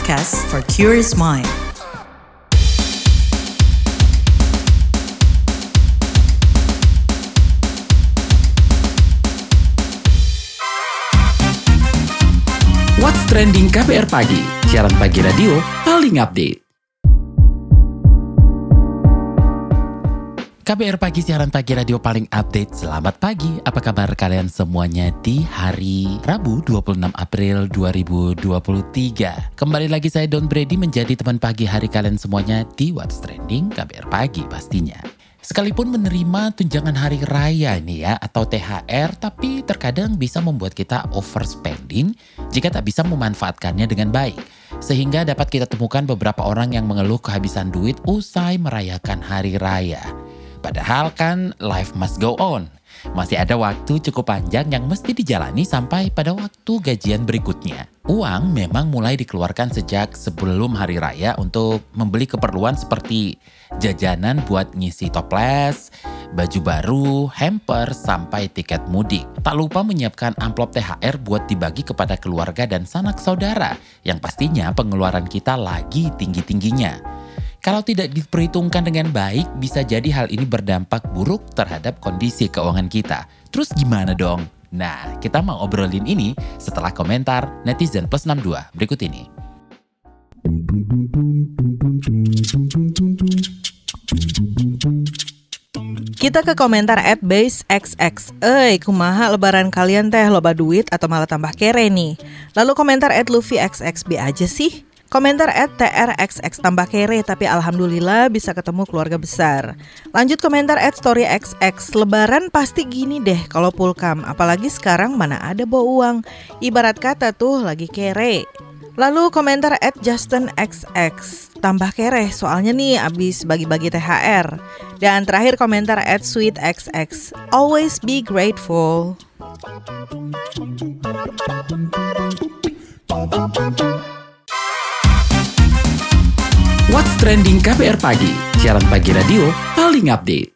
podcast for curious mind. What's Trending KBR Pagi, siaran pagi radio paling update. KBR Pagi, siaran pagi radio paling update. Selamat pagi, apa kabar kalian semuanya di hari Rabu 26 April 2023. Kembali lagi saya Don Brady menjadi teman pagi hari kalian semuanya di What's Trending KBR Pagi pastinya. Sekalipun menerima tunjangan hari raya ini ya atau THR, tapi terkadang bisa membuat kita overspending jika tak bisa memanfaatkannya dengan baik. Sehingga dapat kita temukan beberapa orang yang mengeluh kehabisan duit usai merayakan hari raya. Padahal kan life must go on. Masih ada waktu cukup panjang yang mesti dijalani sampai pada waktu gajian berikutnya. Uang memang mulai dikeluarkan sejak sebelum hari raya untuk membeli keperluan seperti jajanan buat ngisi toples, baju baru, hamper, sampai tiket mudik. Tak lupa menyiapkan amplop THR buat dibagi kepada keluarga dan sanak saudara yang pastinya pengeluaran kita lagi tinggi-tingginya. Kalau tidak diperhitungkan dengan baik, bisa jadi hal ini berdampak buruk terhadap kondisi keuangan kita. Terus gimana dong? Nah, kita mau obrolin ini setelah komentar netizen plus 62 berikut ini. Kita ke komentar @basexx. Kumaha lebaran kalian teh loba duit atau malah tambah kere nih? Lalu komentar @luffyxxb aja sih. Komentar @trxx tambah kere tapi alhamdulillah bisa ketemu keluarga besar. Lanjut komentar @storyxx. Lebaran pasti gini deh kalau pulkam, apalagi sekarang mana ada bawa uang. Ibarat kata tuh lagi kere. Lalu komentar @justinxx. Tambah kere soalnya nih abis bagi-bagi THR. Dan terakhir komentar @sweetxx. Always be grateful. What's Trending KBR Pagi, siaran pagi radio paling update.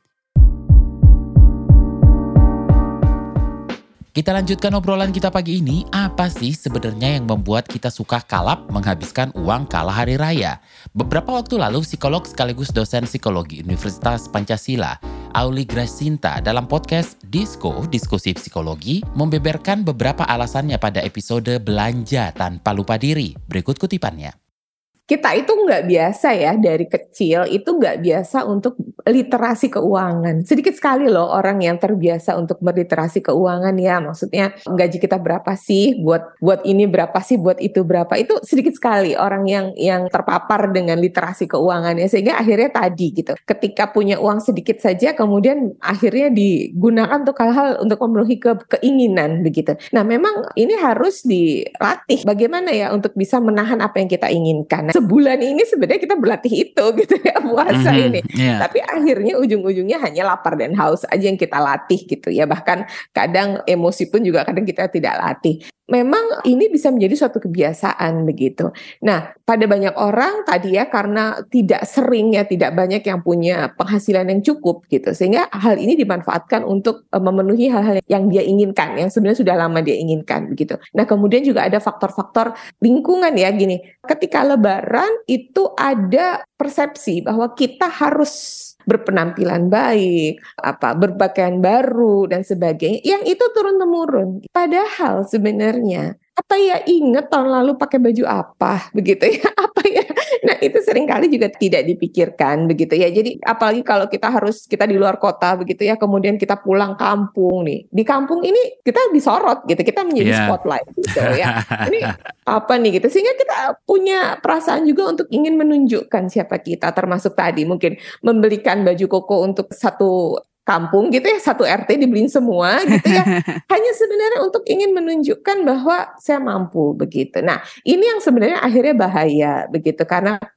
Kita lanjutkan obrolan kita pagi ini. Apa sih sebenarnya yang membuat kita suka kalap menghabiskan uang kala hari raya? Beberapa waktu lalu, psikolog sekaligus dosen psikologi Universitas Pancasila, Auli Grasinta, dalam podcast Diskusi Psikologi, membeberkan beberapa alasannya pada episode Belanja Tanpa Lupa Diri. Berikut kutipannya. Kita itu nggak biasa ya, dari kecil itu nggak biasa untuk literasi keuangan. Sedikit sekali loh orang yang terbiasa untuk berliterasi keuangan ya. Maksudnya gaji kita berapa sih, buat ini berapa sih, buat itu berapa. Itu sedikit sekali orang yang terpapar dengan literasi keuangan ya. Sehingga akhirnya tadi gitu, ketika punya uang sedikit saja kemudian akhirnya digunakan untuk hal-hal untuk memenuhi keinginan begitu. Nah memang ini harus dilatih bagaimana ya untuk bisa menahan apa yang kita inginkan. Sebulan ini sebenarnya kita berlatih itu gitu ya, puasa ini. Yeah. Tapi akhirnya ujung-ujungnya hanya lapar dan haus aja yang kita latih gitu ya. Bahkan kadang emosi pun juga kadang kita tidak latih. Memang ini bisa menjadi suatu kebiasaan begitu. Nah, pada banyak orang tadi ya karena tidak sering ya, tidak banyak yang punya penghasilan yang cukup gitu. Sehingga hal ini dimanfaatkan untuk memenuhi hal-hal yang dia inginkan, yang sebenarnya sudah lama dia inginkan begitu. Nah, kemudian juga ada faktor-faktor lingkungan ya gini. Ketika lebaran itu ada persepsi bahwa kita harus berpenampilan baik, berpakaian baru dan sebagainya, yang itu turun-temurun. Padahal sebenarnya apa ya ingat tahun lalu pakai baju apa begitu ya, apa ya. Nah itu seringkali juga tidak dipikirkan begitu ya. Jadi apalagi kalau kita di luar kota begitu ya, kemudian kita pulang kampung nih, di kampung ini kita disorot gitu, kita menjadi spotlight gitu ya. Ini apa nih gitu, sehingga kita punya perasaan juga untuk ingin menunjukkan siapa kita, termasuk tadi mungkin membelikan baju koko untuk satu kampung gitu ya, satu RT dibeliin semua gitu ya. Hanya sebenarnya untuk ingin menunjukkan bahwa saya mampu begitu. Nah, ini yang sebenarnya akhirnya bahaya begitu, karena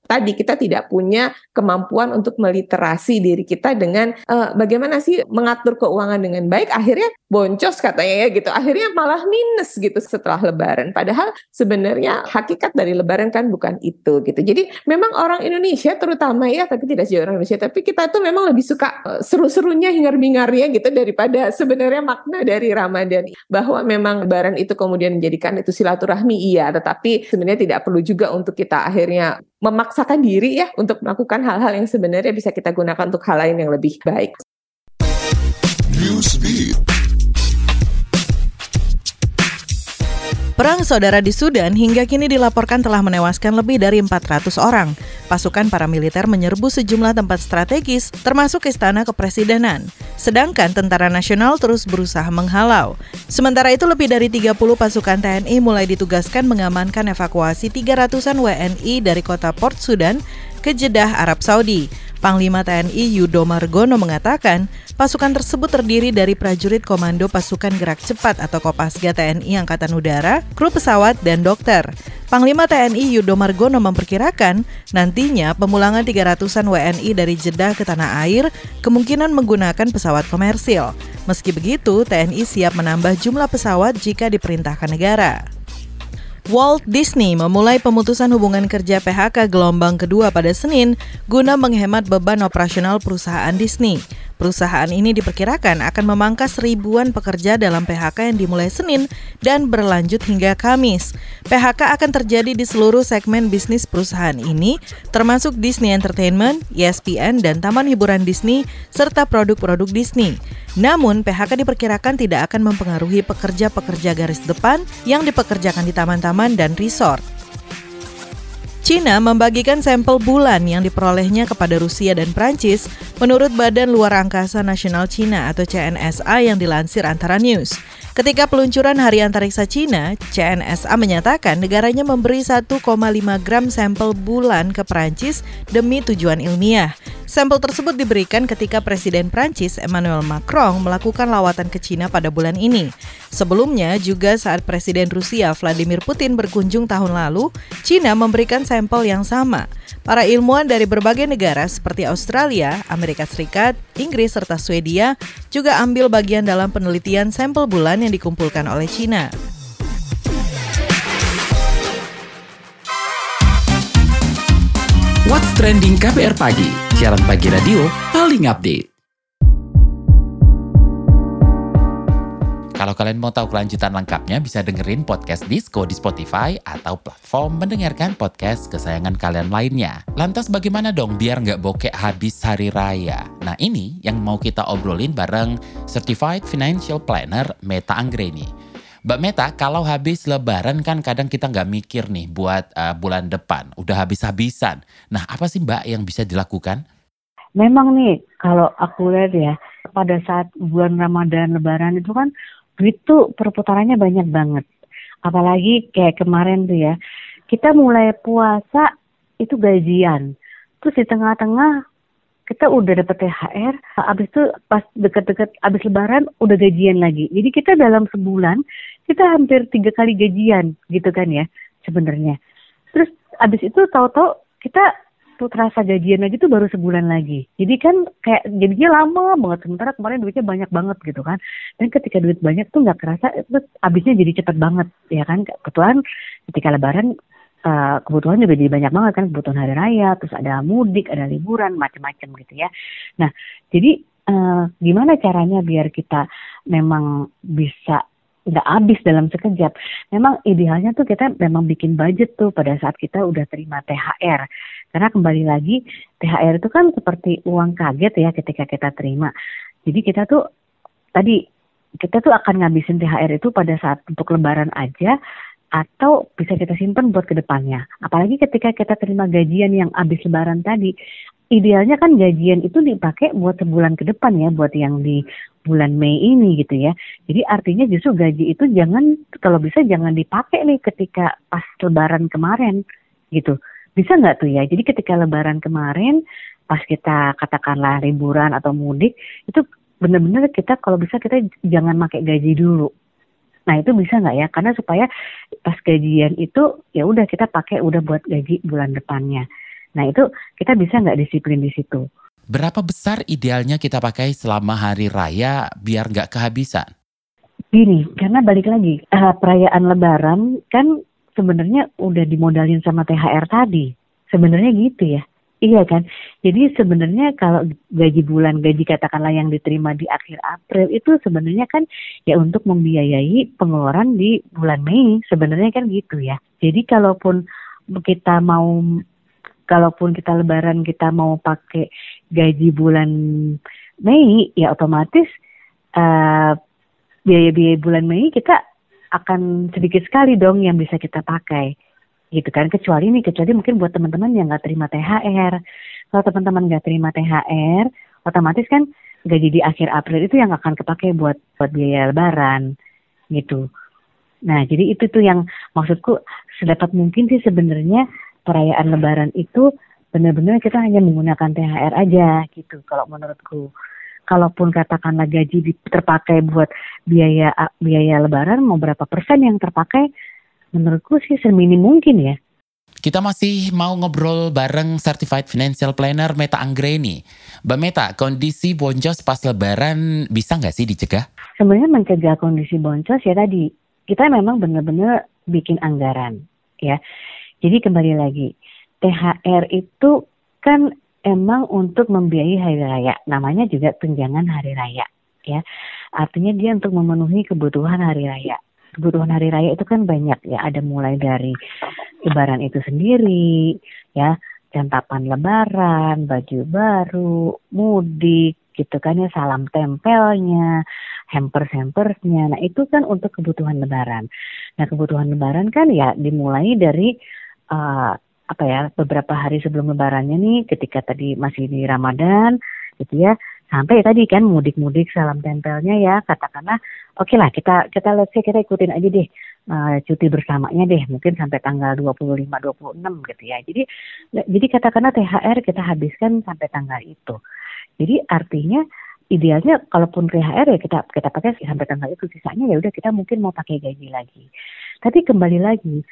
tadi kita tidak punya kemampuan untuk meliterasi diri kita dengan bagaimana sih mengatur keuangan dengan baik, akhirnya boncos katanya ya gitu, akhirnya malah minus gitu setelah Lebaran. Padahal sebenarnya hakikat dari Lebaran kan bukan itu gitu. Jadi memang orang Indonesia terutama ya, tapi tidak saja orang Indonesia, tapi kita tuh memang lebih suka seru-serunya, hingar-bingarnya gitu daripada sebenarnya makna dari Ramadan. Bahwa memang Lebaran itu kemudian menjadikan itu silaturahmi, iya, tetapi sebenarnya tidak perlu juga untuk kita akhirnya memaksakan diri ya untuk melakukan hal-hal yang sebenarnya bisa kita gunakan untuk hal lain yang lebih baik. Newsbeat. Perang saudara di Sudan hingga kini dilaporkan telah menewaskan lebih dari 400 orang. Pasukan paramiliter menyerbu sejumlah tempat strategis, termasuk istana kepresidenan. Sedangkan tentara nasional terus berusaha menghalau. Sementara itu lebih dari 30 pasukan TNI mulai ditugaskan mengamankan evakuasi 300-an WNI dari kota Port Sudan ke Jeddah, Arab Saudi. Panglima TNI Yudo Margono mengatakan, pasukan tersebut terdiri dari prajurit Komando Pasukan Gerak Cepat atau Kopasga TNI Angkatan Udara, kru pesawat, dan dokter. Panglima TNI Yudo Margono memperkirakan nantinya pemulangan 300-an WNI dari Jeddah ke tanah air kemungkinan menggunakan pesawat komersil. Meski begitu, TNI siap menambah jumlah pesawat jika diperintahkan negara. Walt Disney memulai pemutusan hubungan kerja PHK gelombang kedua pada Senin guna menghemat beban operasional perusahaan Disney. Perusahaan ini diperkirakan akan memangkas ribuan pekerja dalam PHK yang dimulai Senin dan berlanjut hingga Kamis. PHK akan terjadi di seluruh segmen bisnis perusahaan ini, termasuk Disney Entertainment, ESPN, dan Taman Hiburan Disney, serta produk-produk Disney. Namun, PHK diperkirakan tidak akan mempengaruhi pekerja-pekerja garis depan yang dipekerjakan di taman-taman dan resort. China membagikan sampel bulan yang diperolehnya kepada Rusia dan Prancis menurut Badan Luar Angkasa Nasional China atau CNSA yang dilansir Antara News. Ketika peluncuran Hari Antariksa China, CNSA menyatakan negaranya memberi 1,5 gram sampel bulan ke Prancis demi tujuan ilmiah. Sampel tersebut diberikan ketika Presiden Prancis Emmanuel Macron melakukan lawatan ke China pada bulan ini. Sebelumnya juga saat Presiden Rusia Vladimir Putin berkunjung tahun lalu, China memberikan sampel yang sama. Para ilmuwan dari berbagai negara seperti Australia, Amerika Serikat, Inggris, serta Swedia juga ambil bagian dalam penelitian sampel bulan yang dikumpulkan oleh China. What's Trending KBR Pagi, siaran pagi radio paling update. Kalau kalian mau tahu kelanjutan lengkapnya, bisa dengerin podcast Disko di Spotify atau platform mendengarkan podcast kesayangan kalian lainnya. Lantas bagaimana dong biar nggak bokek habis hari raya? Nah ini yang mau kita obrolin bareng Certified Financial Planner Meta Anggreni. Mbak Meta, kalau habis Lebaran kan kadang kita nggak mikir nih buat bulan depan, udah habis-habisan. Nah apa sih Mbak yang bisa dilakukan? Memang nih, kalau aku lihat ya, pada saat bulan Ramadan, Lebaran itu kan duit tuh perputarannya banyak banget. Apalagi kayak kemarin tuh ya, kita mulai puasa itu gajian. Terus di tengah-tengah kita udah dapet THR, abis itu pas deket-deket abis Lebaran udah gajian lagi. Jadi kita dalam sebulan, kita hampir 3 kali gajian gitu kan ya sebenarnya. Terus abis itu tahu-tahu kita tuh terasa gajian lagi tuh baru sebulan lagi. Jadi kan kayak jadinya lama banget. Sementara kemarin duitnya banyak banget gitu kan. Dan ketika duit banyak tuh nggak kerasa, terus abisnya jadi cepet banget ya kan. Kebetulan ketika Lebaran kebutuhan juga jadi banyak banget kan. Kebutuhan hari raya, terus ada mudik, ada liburan, macam-macam gitu ya. Nah jadi gimana caranya biar kita memang bisa nggak habis dalam sekejap. Memang idealnya tuh kita memang bikin budget tuh pada saat kita udah terima THR. Karena kembali lagi THR itu kan seperti uang kaget ya ketika kita terima. Jadi kita tuh akan ngabisin THR itu pada saat untuk Lebaran aja atau bisa kita simpan buat kedepannya. Apalagi ketika kita terima gajian yang habis Lebaran tadi. Idealnya kan gajian itu dipakai buat sebulan ke depan ya, buat yang di bulan Mei ini gitu ya. Jadi artinya justru gaji itu kalau bisa jangan dipakai nih ketika pas Lebaran kemarin gitu. Bisa nggak tuh ya? Jadi ketika Lebaran kemarin, pas kita katakanlah liburan atau mudik, itu benar-benar kita kalau bisa kita jangan pakai gaji dulu. Nah itu bisa nggak ya? Karena supaya pas gajian itu ya udah kita pakai udah buat gaji bulan depannya. Nah itu kita bisa nggak disiplin di situ? Berapa besar idealnya kita pakai selama hari raya biar nggak kehabisan? Gini, karena balik lagi, perayaan Lebaran kan sebenarnya udah dimodalin sama THR tadi. Sebenarnya gitu ya. Iya kan? Jadi sebenarnya kalau gaji katakanlah yang diterima di akhir April itu sebenarnya kan ya untuk membiayai pengeluaran di bulan Mei. Sebenarnya kan gitu ya. Jadi kita mau kalaupun kita Lebaran kita mau pakai gaji bulan Mei, ya otomatis eh, biaya-biaya bulan Mei kita akan sedikit sekali dong yang bisa kita pakai. Gitu kan, kecuali mungkin buat teman-teman yang nggak terima THR. Kalau teman-teman nggak terima THR, otomatis kan gaji di akhir April itu yang akan kepakai buat biaya Lebaran gitu. Nah, jadi itu tuh yang maksudku sedapat mungkin sih sebenarnya perayaan Lebaran itu benar-benar kita hanya menggunakan THR aja gitu kalau menurutku. Kalaupun katakanlah gaji terpakai buat biaya Lebaran, mau berapa persen yang terpakai? Menurutku sih seminim mungkin ya. Kita masih mau ngobrol bareng Certified Financial Planner Meta Anggreni. Mbak Meta, kondisi boncos pas Lebaran bisa nggak sih dicegah? Sebenarnya mencegah kondisi boncos ya tadi, kita memang benar-benar bikin anggaran ya. Jadi kembali lagi, THR itu kan emang untuk membiayai hari raya, namanya juga tunjangan hari raya ya. Artinya dia untuk memenuhi kebutuhan hari raya. Kebutuhan hari raya itu kan banyak ya, ada mulai dari lebaran itu sendiri ya, cantapan lebaran, baju baru, mudik gitu kan ya, salam tempelnya, hampers-hampersnya. Nah itu kan untuk kebutuhan lebaran. Nah kebutuhan lebaran kan ya dimulai dari beberapa hari sebelum lebarannya nih, ketika tadi masih di Ramadan gitu ya, sampai tadi kan mudik-mudik salam tempelnya ya, katakanlah oke lah kita let's say kita ikutin aja deh cuti bersamanya deh mungkin sampai tanggal 25 26 gitu ya. Jadi katakanlah THR kita habiskan sampai tanggal itu. Jadi artinya idealnya kalaupun THR ya kita pakai sampai tanggal itu, sisanya ya udah kita mungkin mau pakai gaji lagi. Tapi kembali lagi,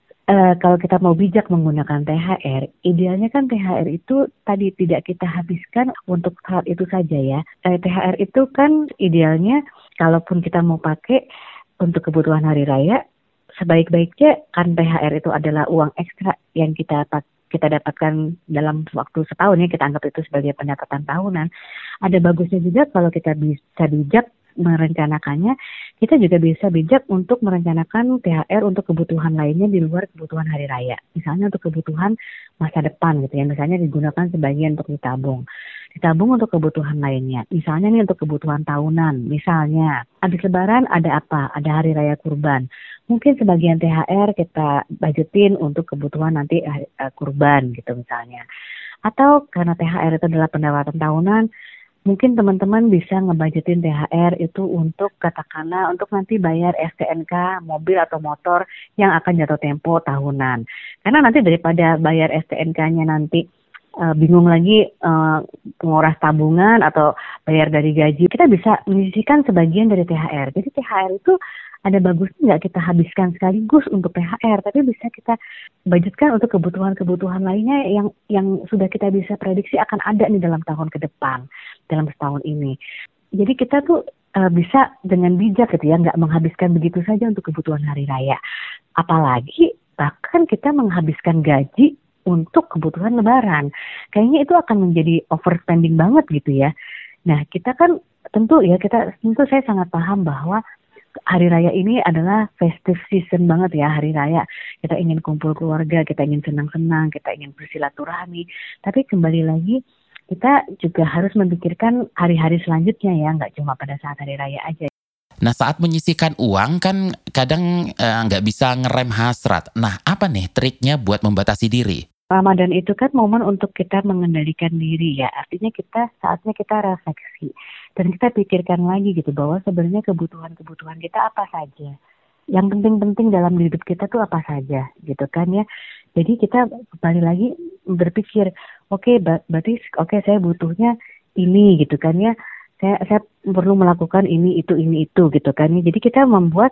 kalau kita mau bijak menggunakan THR, idealnya kan THR itu tadi tidak kita habiskan untuk hal itu saja ya. THR itu kan idealnya kalaupun kita mau pakai untuk kebutuhan hari raya, sebaik-baiknya kan THR itu adalah uang ekstra yang kita dapatkan dalam waktu setahun ya, kita anggap itu sebagai pendapatan tahunan. Ada bagusnya juga kalau kita bisa bijak merencanakannya, kita juga bisa bijak untuk merencanakan THR untuk kebutuhan lainnya di luar kebutuhan hari raya. Misalnya untuk kebutuhan masa depan gitu ya, misalnya digunakan sebagian untuk ditabung untuk kebutuhan lainnya. Misalnya nih untuk kebutuhan tahunan, misalnya habis lebaran ada apa? Ada hari raya kurban. Mungkin sebagian THR kita budgetin untuk kebutuhan nanti kurban gitu misalnya. Atau karena THR itu adalah pendapatan tahunan, mungkin teman-teman bisa ngebudgetin THR itu untuk katakanlah untuk nanti bayar STNK mobil atau motor yang akan jatuh tempo tahunan. Karena nanti daripada bayar STNK-nya nanti bingung lagi menguras tabungan atau bayar dari gaji, kita bisa menyisihkan sebagian dari THR. Jadi THR itu ada bagusnya nggak kita habiskan sekaligus untuk THR, tapi bisa kita budgetkan untuk kebutuhan-kebutuhan lainnya yang sudah kita bisa prediksi akan ada nih dalam tahun ke depan, dalam setahun ini. Jadi kita tuh bisa dengan bijak gitu ya, nggak menghabiskan begitu saja untuk kebutuhan hari raya. Apalagi bahkan kita menghabiskan gaji untuk kebutuhan lebaran. Kayaknya itu akan menjadi overspending banget gitu ya. Nah kita kan tentu saya sangat paham bahwa hari raya ini adalah festive season banget ya, hari raya. Kita ingin kumpul keluarga, kita ingin senang-senang, kita ingin bersilaturahmi. Tapi kembali lagi, kita juga harus memikirkan hari-hari selanjutnya ya, nggak cuma pada saat hari raya aja. Nah saat menyisihkan uang kan kadang nggak bisa ngerem hasrat. Nah apa nih triknya buat membatasi diri? Ramadan itu kan momen untuk kita mengendalikan diri ya. Artinya saatnya kita refleksi. Dan kita pikirkan lagi gitu bahwa sebenarnya kebutuhan kita apa saja. Yang penting-penting dalam hidup kita tuh apa saja gitu kan ya. Jadi kita kembali lagi berpikir, berarti saya butuhnya ini gitu kan ya. Saya perlu melakukan ini itu gitu kan ya. Jadi kita membuat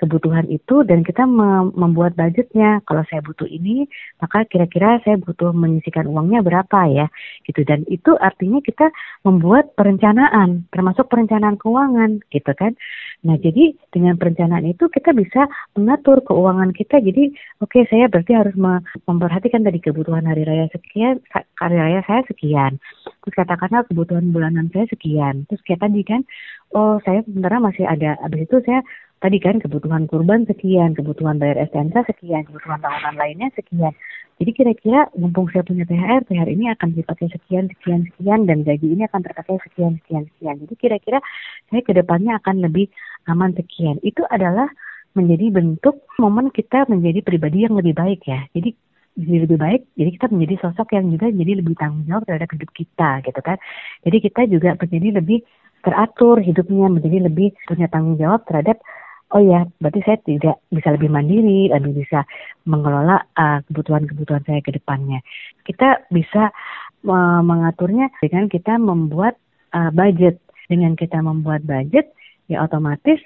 kebutuhan itu dan kita membuat budgetnya. Kalau saya butuh ini, maka kira-kira saya butuh menyisihkan uangnya berapa ya, gitu. Dan itu artinya kita membuat perencanaan, termasuk perencanaan keuangan, gitu kan. Nah, jadi dengan perencanaan itu kita bisa mengatur keuangan kita. Jadi, oke, saya berarti harus memperhatikan tadi kebutuhan hari raya sekian, hari raya saya sekian. Terus katakanlah kebutuhan bulanan saya sekian. Terus kayak tadi kan, oh saya sebenarnya masih ada, habis itu saya tadi kan kebutuhan kurban sekian, kebutuhan bayar STNK sekian, kebutuhan tahunan lainnya sekian. Jadi kira-kira mumpung saya punya THR ini akan dipakai sekian, dan gaji ini akan terpakai sekian. Jadi kira-kira saya ke depannya akan lebih aman sekian. Itu adalah menjadi bentuk momen kita menjadi pribadi yang lebih baik ya. Jadi lebih baik, jadi kita menjadi sosok yang juga jadi lebih tanggung jawab terhadap hidup kita gitu kan. Jadi kita juga menjadi lebih teratur hidupnya, menjadi lebih punya tanggung jawab terhadap oh ya, berarti saya tidak bisa lebih mandiri, lebih bisa mengelola kebutuhan-kebutuhan saya ke depannya. Kita bisa mengaturnya dengan kita membuat budget. Dengan kita membuat budget, ya otomatis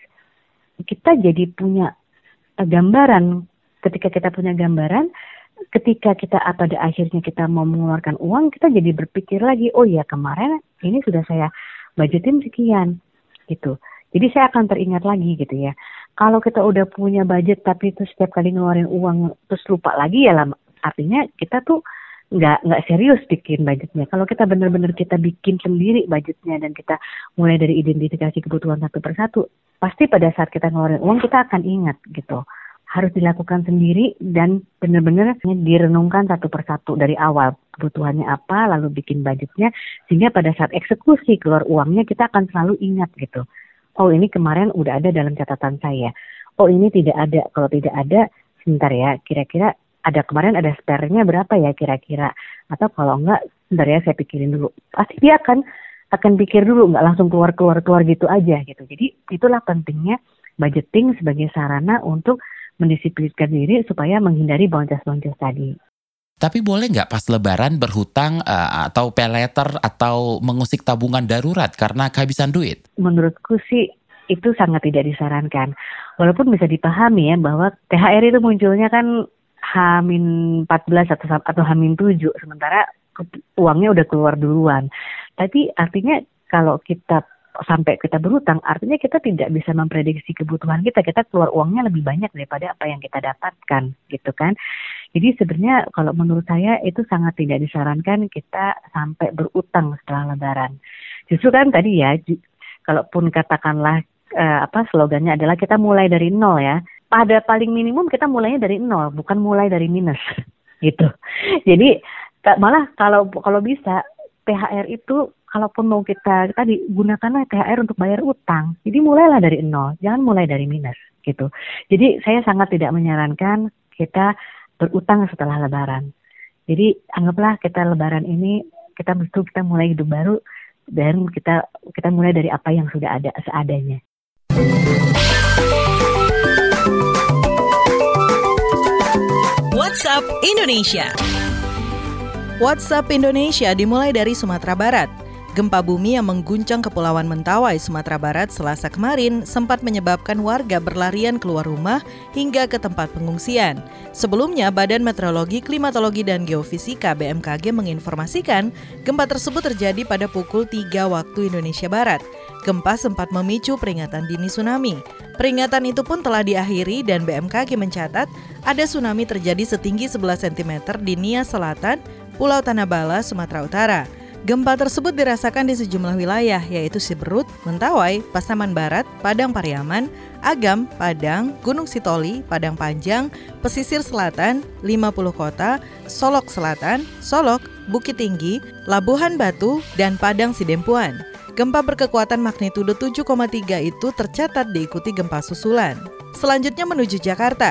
kita jadi punya gambaran. Ketika kita punya gambaran, ketika kita pada akhirnya kita mau mengeluarkan uang, kita jadi berpikir lagi, oh ya kemarin ini sudah saya budgetin sekian, gitu. Jadi saya akan teringat lagi gitu ya. Kalau kita udah punya budget tapi itu setiap kali ngeluarin uang terus lupa lagi ya lah, artinya kita tuh nggak serius bikin budgetnya. Kalau kita benar-benar kita bikin sendiri budgetnya dan kita mulai dari identifikasi kebutuhan satu persatu, pasti pada saat kita ngeluarin uang kita akan ingat gitu. Harus dilakukan sendiri dan benar-benar direnungkan satu persatu dari awal kebutuhannya apa, lalu bikin budgetnya sehingga pada saat eksekusi keluar uangnya kita akan selalu ingat gitu. Oh ini kemarin udah ada dalam catatan saya. Oh ini tidak ada. Kalau tidak ada, sebentar ya. Kira-kira ada kemarin ada spare-nya berapa ya kira-kira? Atau kalau enggak, sebentar ya saya pikirin dulu. Pasti dia akan pikir dulu, nggak langsung keluar gitu aja gitu. Jadi itulah pentingnya budgeting sebagai sarana untuk mendisiplinkan diri supaya menghindari boncos-boncos tadi. Tapi boleh nggak pas lebaran berhutang atau pay letter atau mengusik tabungan darurat karena kehabisan duit? Menurutku sih itu sangat tidak disarankan. Walaupun bisa dipahami ya bahwa THR itu munculnya kan H-14 atau H-7, sementara uangnya udah keluar duluan. Tapi artinya kalau kita sampai kita berhutang, artinya kita tidak bisa memprediksi kebutuhan kita. Kita keluar uangnya lebih banyak daripada apa yang kita dapatkan, gitu kan. Jadi sebenarnya kalau menurut saya itu sangat tidak disarankan kita sampai berutang setelah lebaran. Justru kan tadi ya, kalaupun katakanlah slogannya adalah kita mulai dari nol ya. Pada paling minimum kita mulainya dari nol, bukan mulai dari minus, gitu. Jadi malah kalau bisa THR itu kalaupun mau kita tadi gunakanlah THR untuk bayar utang. Jadi mulailah dari nol, jangan mulai dari minus, gitu. Jadi saya sangat tidak menyarankan kita berutang setelah lebaran. Jadi anggaplah kita lebaran ini kita mulai hidup baru dan kita mulai dari apa yang sudah ada seadanya. WhatsApp Indonesia. WhatsApp Indonesia dimulai dari Sumatera Barat. Gempa bumi yang mengguncang Kepulauan Mentawai, Sumatera Barat Selasa kemarin sempat menyebabkan warga berlarian keluar rumah hingga ke tempat pengungsian. Sebelumnya, Badan Meteorologi, Klimatologi, dan Geofisika BMKG menginformasikan gempa tersebut terjadi pada pukul 3 waktu Indonesia Barat. Gempa sempat memicu peringatan dini tsunami. Peringatan itu pun telah diakhiri dan BMKG mencatat ada tsunami terjadi setinggi 11 cm di Nias Selatan, Pulau Tanabala, Sumatera Utara. Gempa tersebut dirasakan di sejumlah wilayah yaitu Siberut, Mentawai, Pasaman Barat, Padang Pariaman, Agam, Padang, Gunung Sitoli, Padang Panjang, Pesisir Selatan, 50 Kota, Solok Selatan, Solok, Bukit Tinggi, Labuhan Batu, dan Padang Sidempuan. Gempa berkekuatan magnitudo 7,3 itu tercatat diikuti gempa susulan. Selanjutnya menuju Jakarta.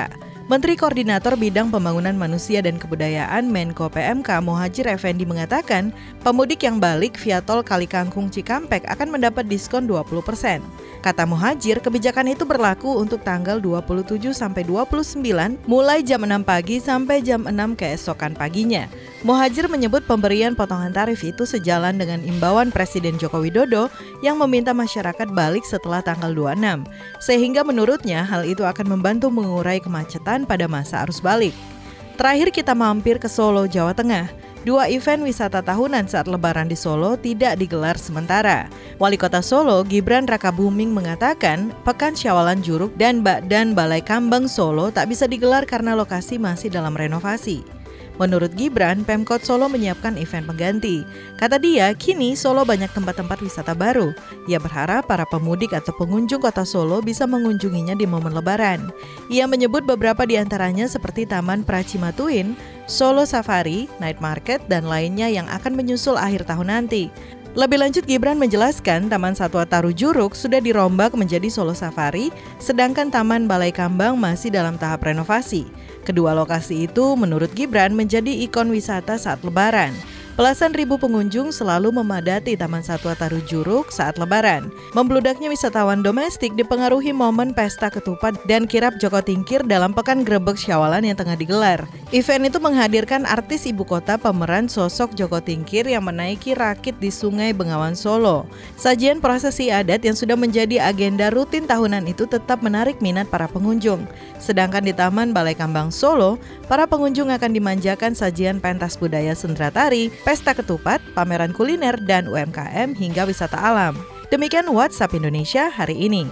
Menteri Koordinator Bidang Pembangunan Manusia dan Kebudayaan Menko PMK Muhadjir Effendi mengatakan, pemudik yang balik via tol Kalikangkung Cikampek akan mendapat diskon 20%. Kata Muhadjir, kebijakan itu berlaku untuk tanggal 27 sampai 29 mulai jam 6 pagi sampai jam 6 keesokan paginya. Muhadjir menyebut pemberian potongan tarif itu sejalan dengan imbauan Presiden Joko Widodo yang meminta masyarakat balik setelah tanggal 26. Sehingga menurutnya hal itu akan membantu mengurai kemacetan pada masa arus balik. Terakhir kita mampir ke Solo, Jawa Tengah. 2 event wisata tahunan saat Lebaran di Solo tidak digelar sementara. Wali Kota Solo, Gibran Rakabuming mengatakan, Pekan Syawalan Juruk dan Balai Kambang Solo tak bisa digelar karena lokasi masih dalam renovasi. Menurut Gibran, Pemkot Solo menyiapkan event pengganti. Kata dia, kini Solo banyak tempat-tempat wisata baru. Ia berharap para pemudik atau pengunjung kota Solo bisa mengunjunginya di momen Lebaran. Ia menyebut beberapa di antaranya seperti Taman Pracimatuin, Solo Safari, Night Market, dan lainnya yang akan menyusul akhir tahun nanti. Lebih lanjut, Gibran menjelaskan Taman Satwa Taru Juruk sudah dirombak menjadi Solo Safari, sedangkan Taman Balai Kambang masih dalam tahap renovasi. Kedua lokasi itu menurut Gibran menjadi ikon wisata saat Lebaran. Belasan ribu pengunjung selalu memadati Taman Satwa Taru Juruk saat Lebaran. Membludaknya wisatawan domestik dipengaruhi momen pesta ketupat dan kirap Joko Tingkir dalam Pekan Grebeg Syawalan yang tengah digelar. Event itu menghadirkan artis ibu kota pemeran sosok Joko Tingkir yang menaiki rakit di Sungai Bengawan Solo. Sajian prosesi adat yang sudah menjadi agenda rutin tahunan itu tetap menarik minat para pengunjung. Sedangkan di Taman Balai Kambang Solo, para pengunjung akan dimanjakan sajian pentas budaya Sendratari, pesta ketupat, pameran kuliner, dan UMKM hingga wisata alam. Demikian WhatsApp Indonesia hari ini.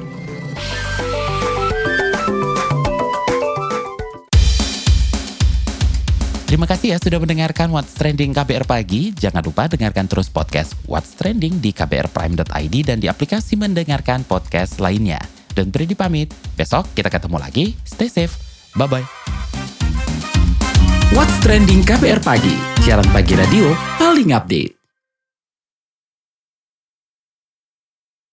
Terima kasih ya sudah mendengarkan What's Trending KBR Pagi. Jangan lupa dengarkan terus podcast What's Trending di kbrprime.id dan di aplikasi mendengarkan podcast lainnya. Dan Brady pamit, besok kita ketemu lagi. Stay safe, bye-bye. What's Trending KBR Pagi, siaran pagi radio paling update.